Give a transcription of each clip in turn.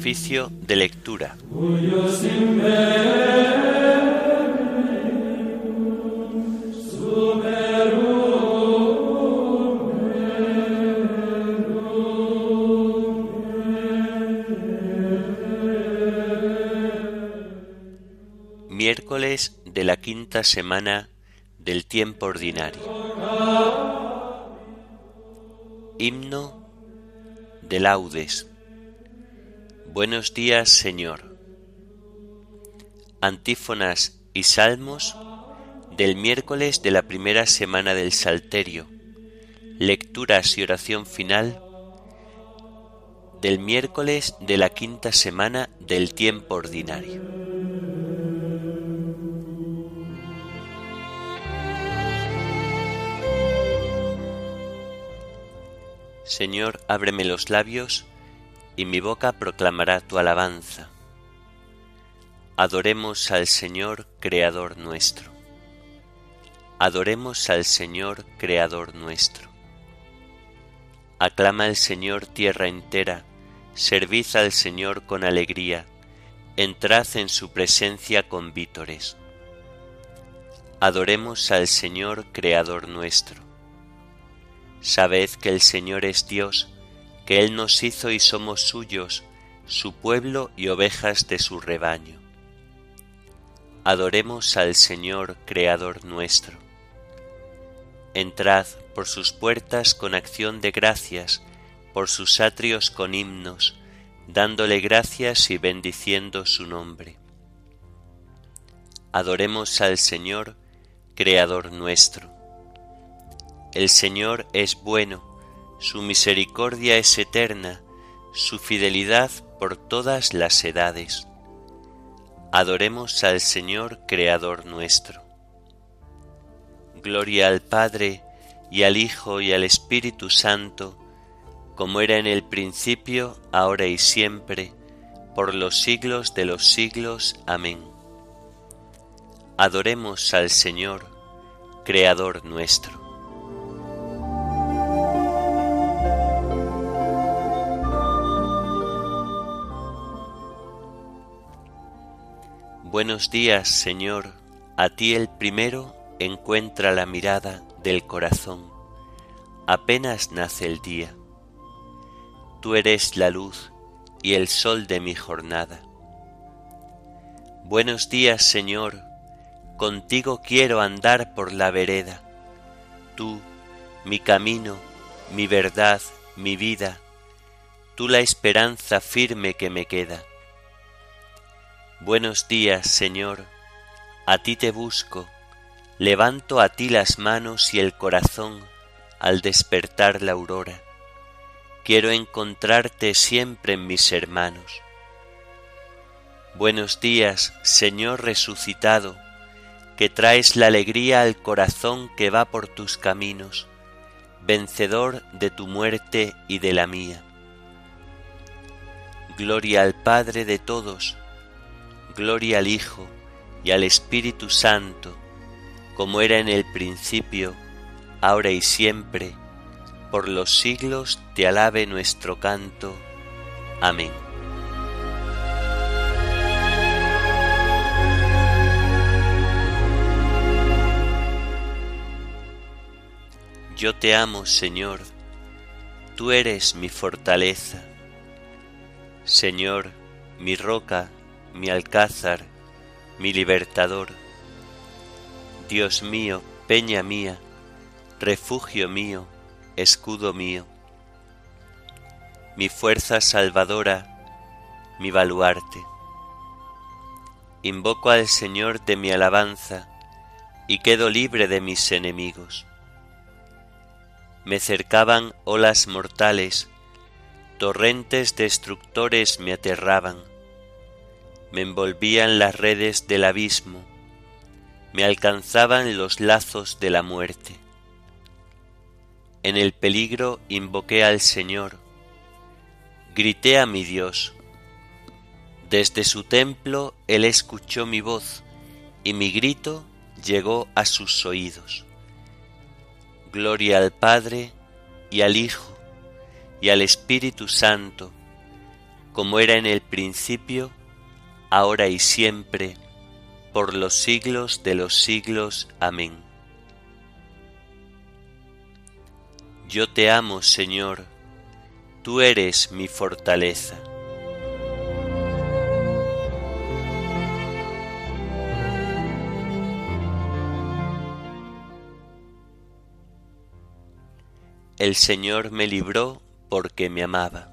Oficio de lectura. Miércoles de la quinta semana del tiempo ordinario. Himno de laudes. Buenos días, Señor. Antífonas y salmos del miércoles de la primera semana del Salterio. Lecturas y oración final del miércoles de la quinta semana del tiempo ordinario. Señor, ábreme los labios, y mi boca proclamará tu alabanza. Adoremos al Señor, Creador nuestro. Adoremos al Señor, Creador nuestro. Aclama al Señor tierra entera, servid al Señor con alegría, entrad en su presencia con vítores. Adoremos al Señor, Creador nuestro. Sabed que el Señor es Dios, que Él nos hizo y somos suyos, su pueblo y ovejas de su rebaño. Adoremos al Señor, Creador nuestro. Entrad por sus puertas con acción de gracias, por sus atrios con himnos, dándole gracias y bendiciendo su nombre. Adoremos al Señor, Creador nuestro. El Señor es bueno, su misericordia es eterna, su fidelidad por todas las edades. Adoremos al Señor, Creador nuestro. Gloria al Padre, y al Hijo, y al Espíritu Santo, como era en el principio, ahora y siempre, por los siglos de los siglos. Amén. Adoremos al Señor, Creador nuestro. Buenos días, Señor, a ti el primero encuentra la mirada del corazón, apenas nace el día. Tú eres la luz y el sol de mi jornada. Buenos días, Señor, contigo quiero andar por la vereda. Tú, mi camino, mi verdad, mi vida, tú la esperanza firme que me queda. Buenos días, Señor, a ti te busco, levanto a ti las manos y el corazón al despertar la aurora. Quiero encontrarte siempre en mis hermanos. Buenos días, Señor resucitado, que traes la alegría al corazón que va por tus caminos, vencedor de tu muerte y de la mía. Gloria al Padre de todos, gloria al Hijo y al Espíritu Santo, como era en el principio, ahora y siempre, por los siglos te alabe nuestro canto. Amén. Yo te amo, Señor, tú eres mi fortaleza. Señor, mi roca, mi alcázar, mi libertador. Dios mío, peña mía, refugio mío, escudo mío. Mi fuerza salvadora, mi baluarte. Invoco al Señor de mi alabanza y quedo libre de mis enemigos. Me cercaban olas mortales, torrentes destructores me aterraban. Me envolvían las redes del abismo, me alcanzaban los lazos de la muerte. En el peligro invoqué al Señor, grité a mi Dios. Desde su templo Él escuchó mi voz, y mi grito llegó a sus oídos. Gloria al Padre, y al Hijo, y al Espíritu Santo, como era en el principio, ahora y siempre, por los siglos de los siglos. Amén. Yo te amo, Señor, tú eres mi fortaleza. El Señor me libró porque me amaba.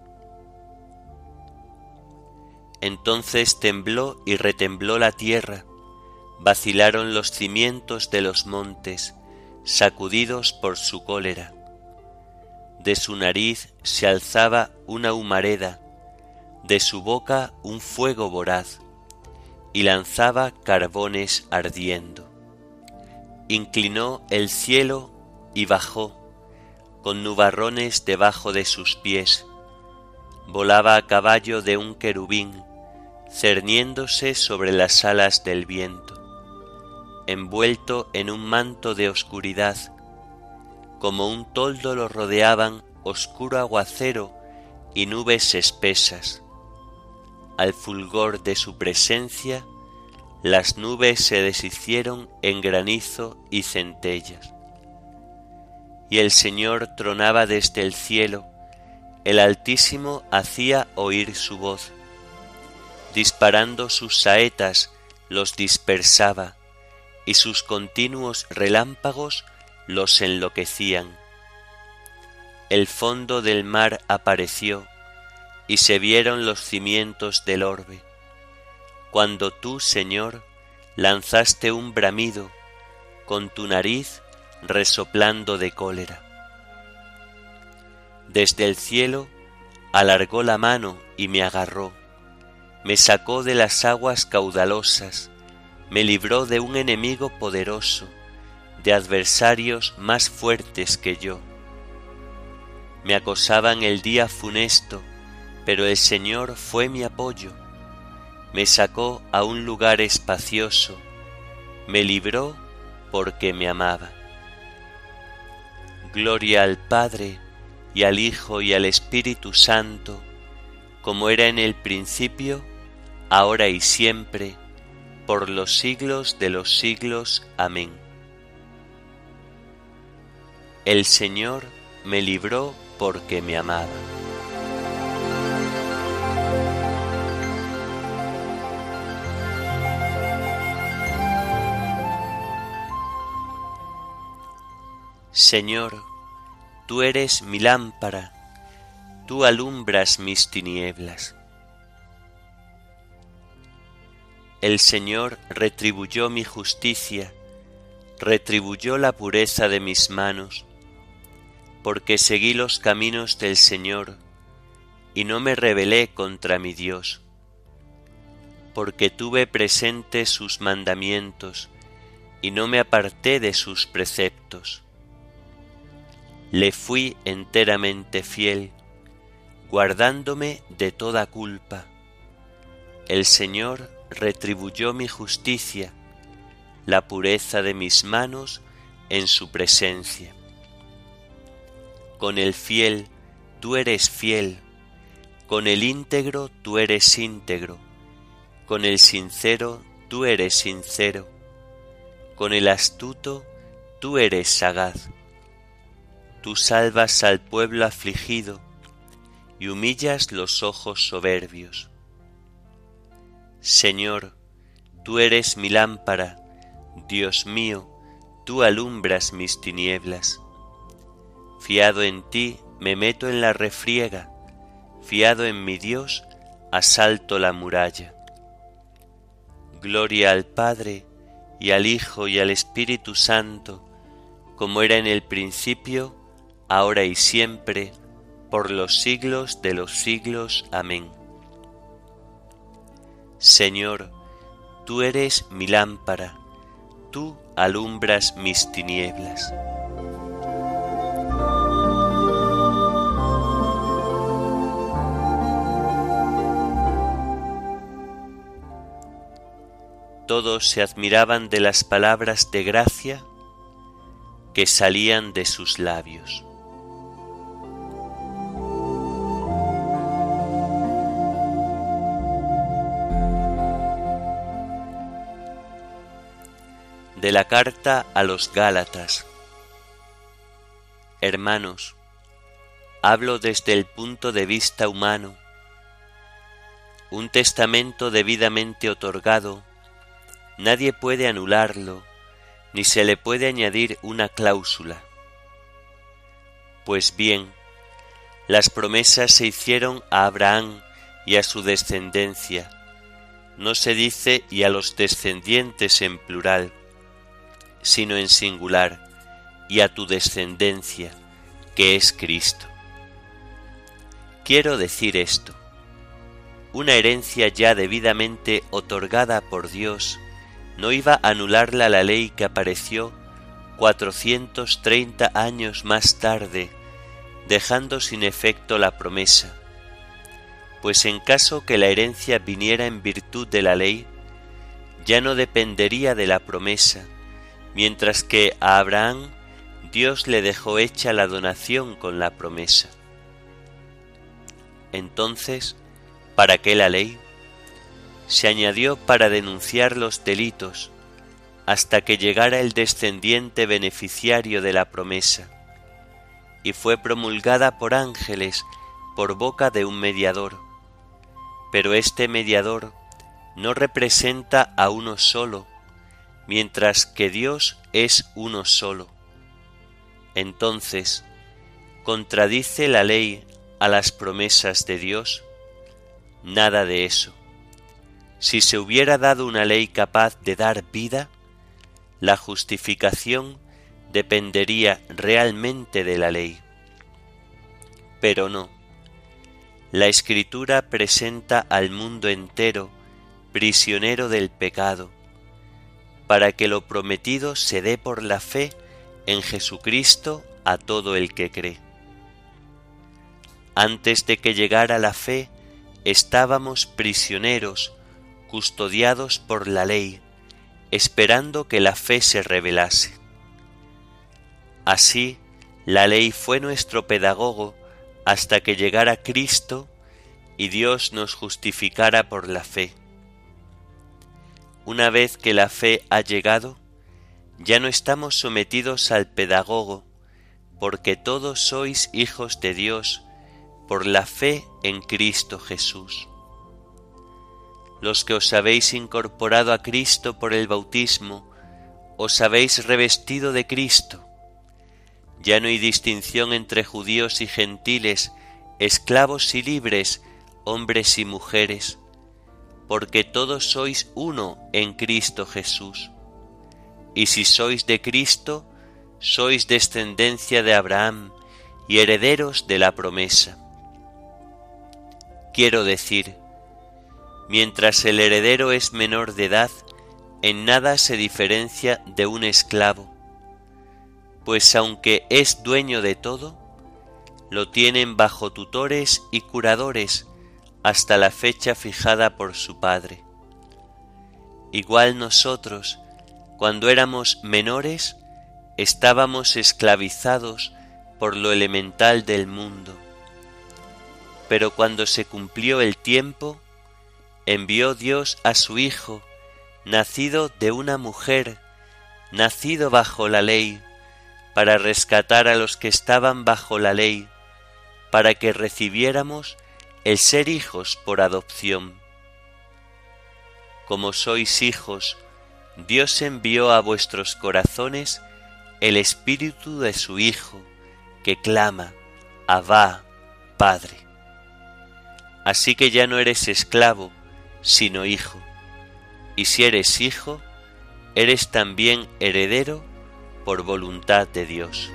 Entonces tembló y retembló la tierra, vacilaron los cimientos de los montes, sacudidos por su cólera. De su nariz se alzaba una humareda, de su boca un fuego voraz, y lanzaba carbones ardiendo. Inclinó el cielo y bajó, con nubarrones debajo de sus pies. Volaba a caballo de un querubín, cerniéndose sobre las alas del viento, envuelto en un manto de oscuridad. Como un toldo lo rodeaban oscuro aguacero y nubes espesas. Al fulgor de su presencia, las nubes se deshicieron en granizo y centellas. Y el Señor tronaba desde el cielo, el Altísimo hacía oír su voz. Disparando sus saetas los dispersaba, y sus continuos relámpagos los enloquecían. El fondo del mar apareció, y se vieron los cimientos del orbe. Cuando tú, Señor, lanzaste un bramido, con tu nariz resoplando de cólera. Desde el cielo alargó la mano y me agarró, me sacó de las aguas caudalosas, me libró de un enemigo poderoso, de adversarios más fuertes que yo. Me acosaban el día funesto, pero el Señor fue mi apoyo. Me sacó a un lugar espacioso, me libró porque me amaba. Gloria al Padre, y al Hijo, y al Espíritu Santo, como era en el principio, ahora y siempre, por los siglos de los siglos. Amén. El Señor me libró porque me amaba. Señor, tú eres mi lámpara, tú alumbras mis tinieblas. El Señor retribuyó mi justicia, retribuyó la pureza de mis manos, porque seguí los caminos del Señor y no me rebelé contra mi Dios, porque tuve presente sus mandamientos y no me aparté de sus preceptos. Le fui enteramente fiel, guardándome de toda culpa. El Señor retribuyó mi justicia, la pureza de mis manos en su presencia. Con el fiel tú eres fiel, con el íntegro tú eres íntegro, con el sincero tú eres sincero, con el astuto tú eres sagaz. Tú salvas al pueblo afligido y humillas los ojos soberbios. Señor, tú eres mi lámpara, Dios mío, tú alumbras mis tinieblas. Fiado en ti me meto en la refriega, fiado en mi Dios asalto la muralla. Gloria al Padre, y al Hijo, y al Espíritu Santo, como era en el principio, ahora y siempre, por los siglos de los siglos. Amén. Señor, tú eres mi lámpara, tú alumbras mis tinieblas. Todos se admiraban de las palabras de gracia que salían de sus labios. De la carta a los Gálatas. Hermanos, hablo desde el punto de vista humano. Un testamento debidamente otorgado, nadie puede anularlo, ni se le puede añadir una cláusula. Pues bien, las promesas se hicieron a Abraham y a su descendencia. No se dice y a los descendientes en plural, sino en singular, y a tu descendencia, que es Cristo. Quiero decir esto: una herencia ya debidamente otorgada por Dios no iba a anularla la ley que apareció 430 años más tarde, dejando sin efecto la promesa, pues en caso que la herencia viniera en virtud de la ley, ya no dependería de la promesa, mientras que a Abraham Dios le dejó hecha la donación con la promesa. Entonces, ¿para qué la ley? Se añadió para denunciar los delitos, hasta que llegara el descendiente beneficiario de la promesa, y fue promulgada por ángeles por boca de un mediador. Pero este mediador no representa a uno solo, mientras que Dios es uno solo. Entonces, ¿contradice la ley a las promesas de Dios? Nada de eso. Si se hubiera dado una ley capaz de dar vida, la justificación dependería realmente de la ley. Pero no. La Escritura presenta al mundo entero prisionero del pecado, para que lo prometido se dé por la fe en Jesucristo a todo el que cree. Antes de que llegara la fe, estábamos prisioneros, custodiados por la ley, esperando que la fe se revelase. Así, la ley fue nuestro pedagogo hasta que llegara Cristo y Dios nos justificara por la fe. Una vez que la fe ha llegado, ya no estamos sometidos al pedagogo, porque todos sois hijos de Dios por la fe en Cristo Jesús. Los que os habéis incorporado a Cristo por el bautismo, os habéis revestido de Cristo. Ya no hay distinción entre judíos y gentiles, esclavos y libres, hombres y mujeres, porque todos sois uno en Cristo Jesús. Y si sois de Cristo, sois descendencia de Abraham y herederos de la promesa. Quiero decir, mientras el heredero es menor de edad, en nada se diferencia de un esclavo, pues aunque es dueño de todo, lo tienen bajo tutores y curadores hasta la fecha fijada por su padre. Igual nosotros, cuando éramos menores, estábamos esclavizados por lo elemental del mundo. Pero cuando se cumplió el tiempo, envió Dios a su Hijo, nacido de una mujer, nacido bajo la ley, para rescatar a los que estaban bajo la ley, para que recibiéramos el ser hijos por adopción. Como sois hijos, Dios envió a vuestros corazones el Espíritu de su Hijo, que clama, Abba, Padre. Así que ya no eres esclavo, sino hijo, y si eres hijo, eres también heredero por voluntad de Dios.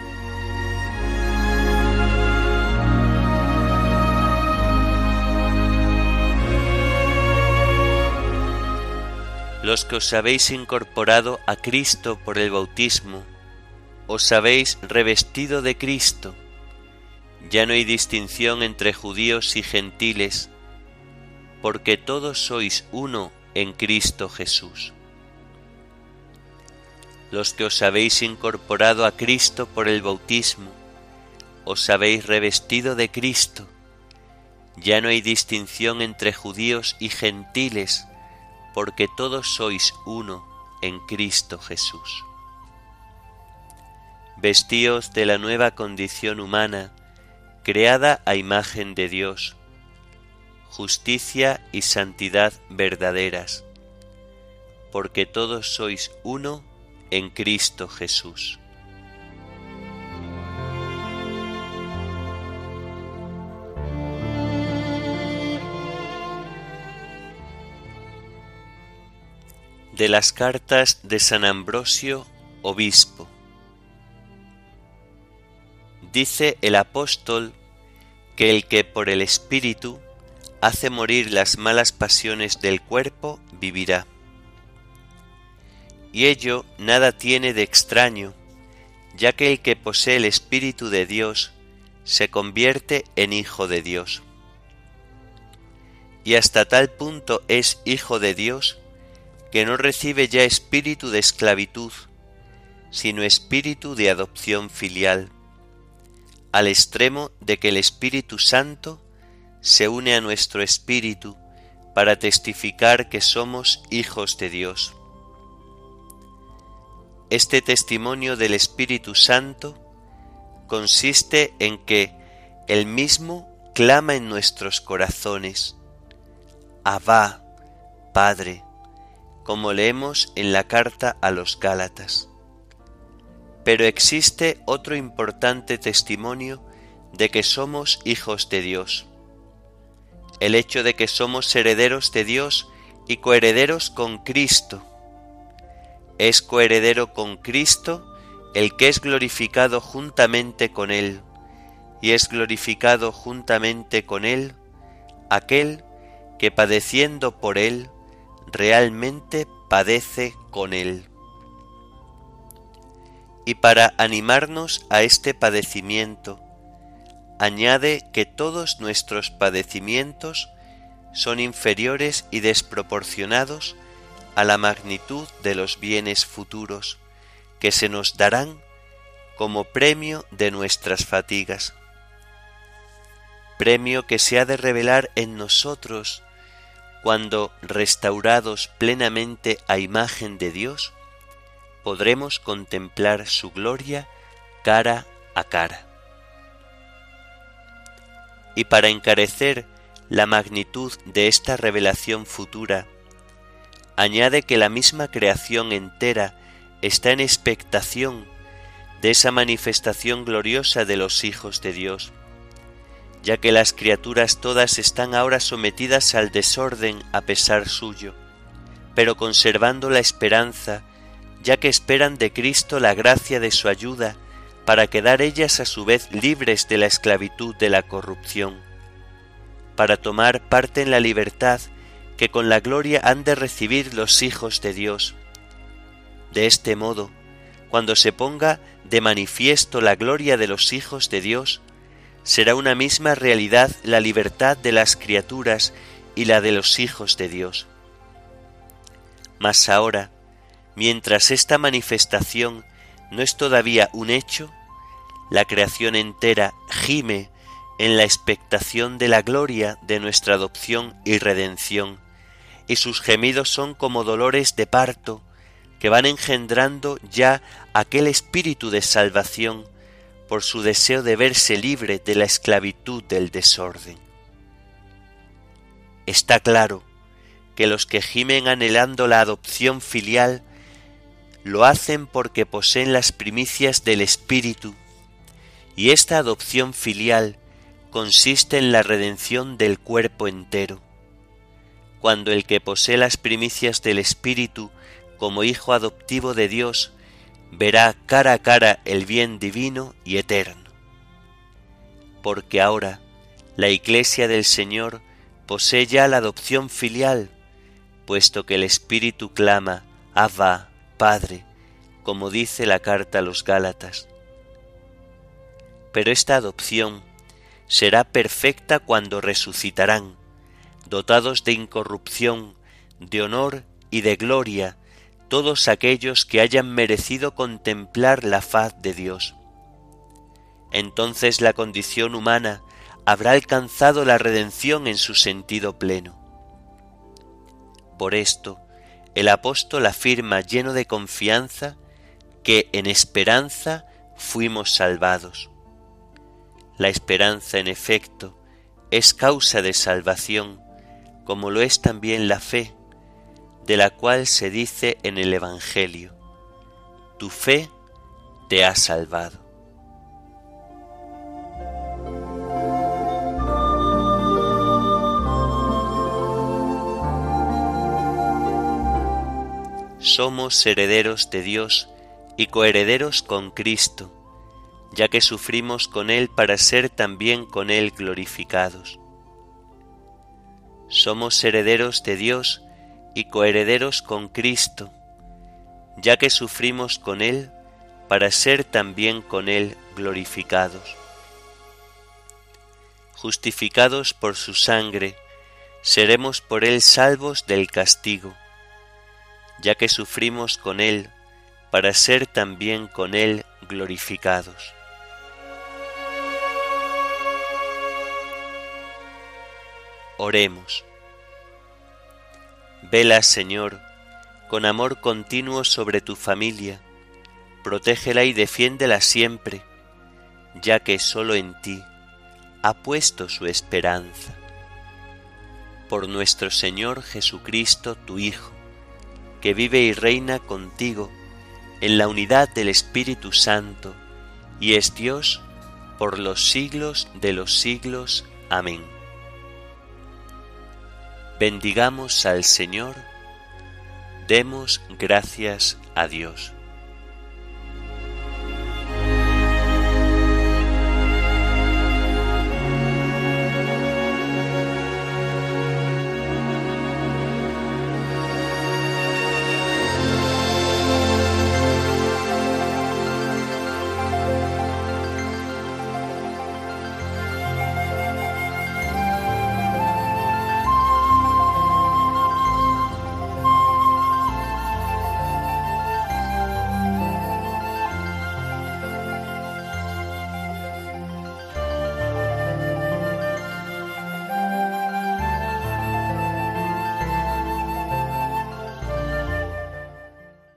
Los que os habéis incorporado a Cristo por el bautismo, os habéis revestido de Cristo. Ya no hay distinción entre judíos y gentiles, porque todos sois uno en Cristo Jesús. Los que os habéis incorporado a Cristo por el bautismo, os habéis revestido de Cristo. Ya no hay distinción entre judíos y gentiles, porque todos sois uno en Cristo Jesús. Vestíos de la nueva condición humana, creada a imagen de Dios, justicia y santidad verdaderas, porque todos sois uno en Cristo Jesús. De las cartas de San Ambrosio, obispo. Dice el apóstol que el que por el Espíritu hace morir las malas pasiones del cuerpo vivirá. Y ello nada tiene de extraño, ya que el que posee el Espíritu de Dios se convierte en hijo de Dios. Y hasta tal punto es hijo de Dios que no recibe ya espíritu de esclavitud, sino espíritu de adopción filial, al extremo de que el Espíritu Santo se une a nuestro espíritu para testificar que somos hijos de Dios. Este testimonio del Espíritu Santo consiste en que Él mismo clama en nuestros corazones: Abba, Padre, como leemos en la carta a los Gálatas. Pero existe otro importante testimonio de que somos hijos de Dios: el hecho de que somos herederos de Dios y coherederos con Cristo. Es coheredero con Cristo el que es glorificado juntamente con Él, y es glorificado juntamente con Él aquel que padeciendo por Él, realmente padece con Él. Y para animarnos a este padecimiento, añade que todos nuestros padecimientos son inferiores y desproporcionados a la magnitud de los bienes futuros que se nos darán como premio de nuestras fatigas. Premio que se ha de revelar en nosotros cuando, restaurados plenamente a imagen de Dios, podremos contemplar su gloria cara a cara. Y para encarecer la magnitud de esta revelación futura, añade que la misma creación entera está en expectación de esa manifestación gloriosa de los hijos de Dios, ya que las criaturas todas están ahora sometidas al desorden a pesar suyo, pero conservando la esperanza, ya que esperan de Cristo la gracia de su ayuda para quedar ellas a su vez libres de la esclavitud de la corrupción, para tomar parte en la libertad que con la gloria han de recibir los hijos de Dios. De este modo, cuando se ponga de manifiesto la gloria de los hijos de Dios, será una misma realidad la libertad de las criaturas y la de los hijos de Dios. Mas ahora, mientras esta manifestación no es todavía un hecho, la creación entera gime en la expectación de la gloria de nuestra adopción y redención, y sus gemidos son como dolores de parto que van engendrando ya aquel espíritu de salvación por su deseo de verse libre de la esclavitud del desorden. Está claro que los que gimen anhelando la adopción filial lo hacen porque poseen las primicias del Espíritu, y esta adopción filial consiste en la redención del cuerpo entero. Cuando el que posee las primicias del Espíritu como hijo adoptivo de Dios verá cara a cara el bien divino y eterno. Porque ahora la Iglesia del Señor posee ya la adopción filial, puesto que el Espíritu clama: Abba, Padre, como dice la carta a los Gálatas. Pero esta adopción será perfecta cuando resucitarán, dotados de incorrupción, de honor y de gloria, todos aquellos que hayan merecido contemplar la faz de Dios. Entonces la condición humana habrá alcanzado la redención en su sentido pleno. Por esto, el apóstol afirma lleno de confianza que en esperanza fuimos salvados. La esperanza, en efecto, es causa de salvación, como lo es también la fe, de la cual se dice en el Evangelio: tu fe te ha salvado. Somos herederos de Dios y coherederos con Cristo, ya que sufrimos con Él para ser también con Él glorificados. Somos herederos de Dios y coherederos con Cristo, ya que sufrimos con Él para ser también con Él glorificados. Justificados por su sangre, seremos por Él salvos del castigo, ya que sufrimos con Él para ser también con Él glorificados. Oremos. Vela, Señor, con amor continuo sobre tu familia, protégela y defiéndela siempre, ya que sólo en ti ha puesto su esperanza. Por nuestro Señor Jesucristo, tu Hijo, que vive y reina contigo en la unidad del Espíritu Santo, y es Dios por los siglos de los siglos. Amén. Bendigamos al Señor, demos gracias a Dios.